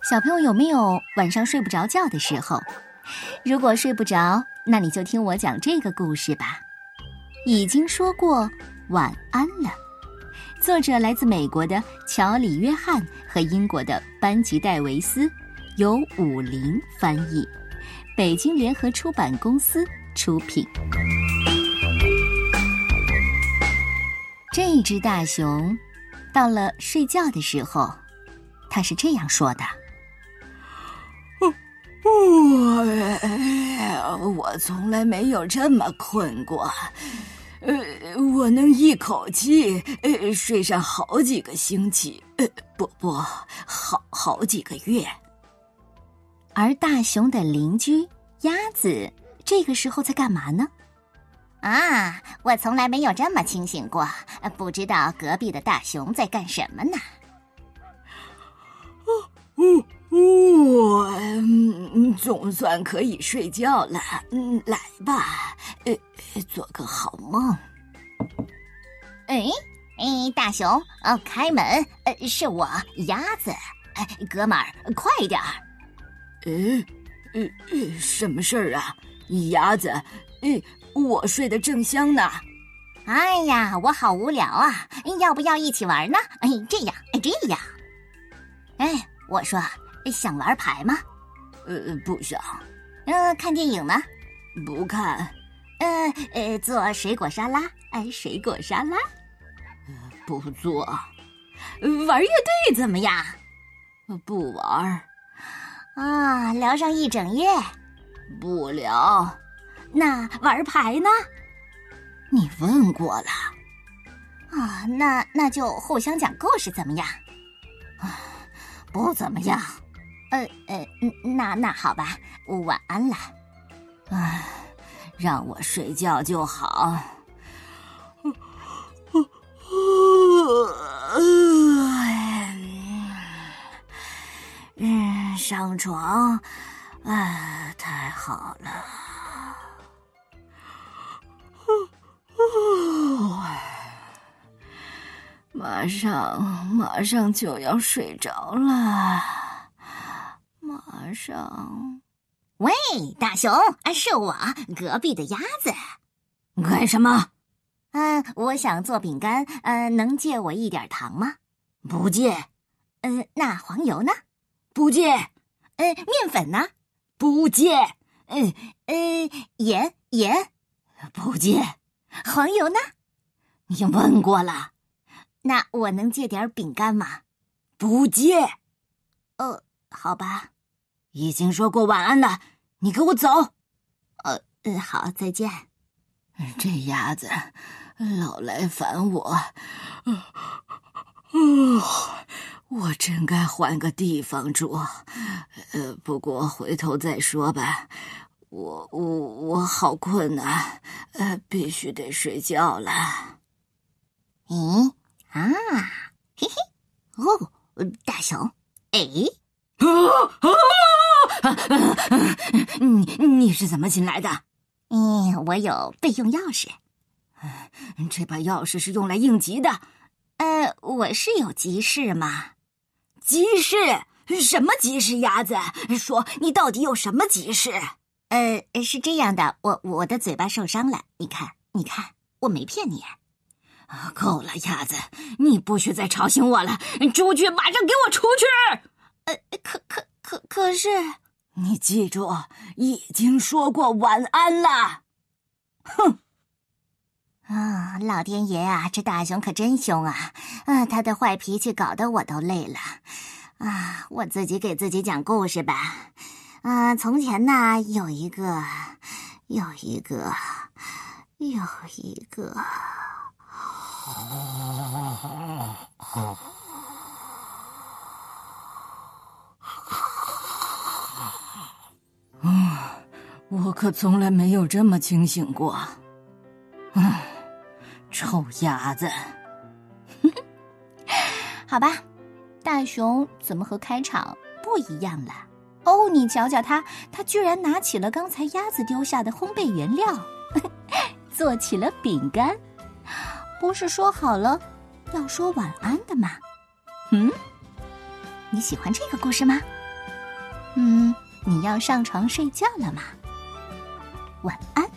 小朋友有没有晚上睡不着觉的时候？如果睡不着，那你就听我讲这个故事吧。已经说过晚安了。作者来自美国的乔里·约翰和英国的班吉·戴维斯，由武林翻译，北京联合出版公司出品。这只大熊到了睡觉的时候，它是这样说的： 我从来没有这么困过，我能一口气睡上好几个星期，好几个月。 而大熊的邻居鸭子这个时候在干嘛呢？ 我从来没有这么清醒过，不知道隔壁的大熊在干什么呢。 我总算可以睡觉了，来吧，做个好梦。 大熊，开门，是我鸭子，哥们儿，快点儿。 什么事儿啊，鸭子？我睡得正香呢。 哎呀，我好无聊啊，要不要一起玩呢？这样。我说，想玩牌吗？ 不想。 看电影呢？ 不看。 做水果沙拉？水果沙拉？ 不做。 玩乐队怎么样？ 不玩。 聊上一整夜？ 不聊。 那玩牌呢？ 你问过了。 那就互相讲故事怎么样？ 不怎么样。 那好吧，晚安了。 让我睡觉就好。上床，太好了。马上就要睡着了，马上。 喂，大熊，是我，隔壁的鸭子。 干什么？ 我想做饼干，能借我一点糖吗？ 不借。 那黄油呢？ 不借。 面粉呢？ 不借。 盐？ 不借。 黄油呢？ 你问过了。 那我能借点饼干吗？ 不借。 好吧。 已经说过晚安了，你给我走。 好，再见。 这鸭子老来烦我，我真该换个地方住。不过回头再说吧。我好困啊，必须得睡觉了。 嘿嘿，大熊， 你是怎么进来的？ 我有备用钥匙。 这把钥匙是用来应急的。 我是有急事吗？ 急事？什么急事？鸭子，说你到底有什么急事？ 是这样的，我的嘴巴受伤了，你看，我没骗你。 够了，鸭子，你不许再吵醒我了！出去，马上给我出去！ 可是， 你记住，已经说过晚安了。哼！ 老天爷啊，这大熊可真凶啊！他的坏脾气搞得我都累了。我自己给自己讲故事吧。从前呢，有一个。 我可从来没有这么清醒过。臭鸭子。 好吧，大熊怎么和开场不一样了？你瞧瞧他居然拿起了刚才鸭子丢下的烘焙原料，做起了饼干。不是说好了要说晚安的吗？你喜欢这个故事吗？ 你要上床睡觉了吗？晚安。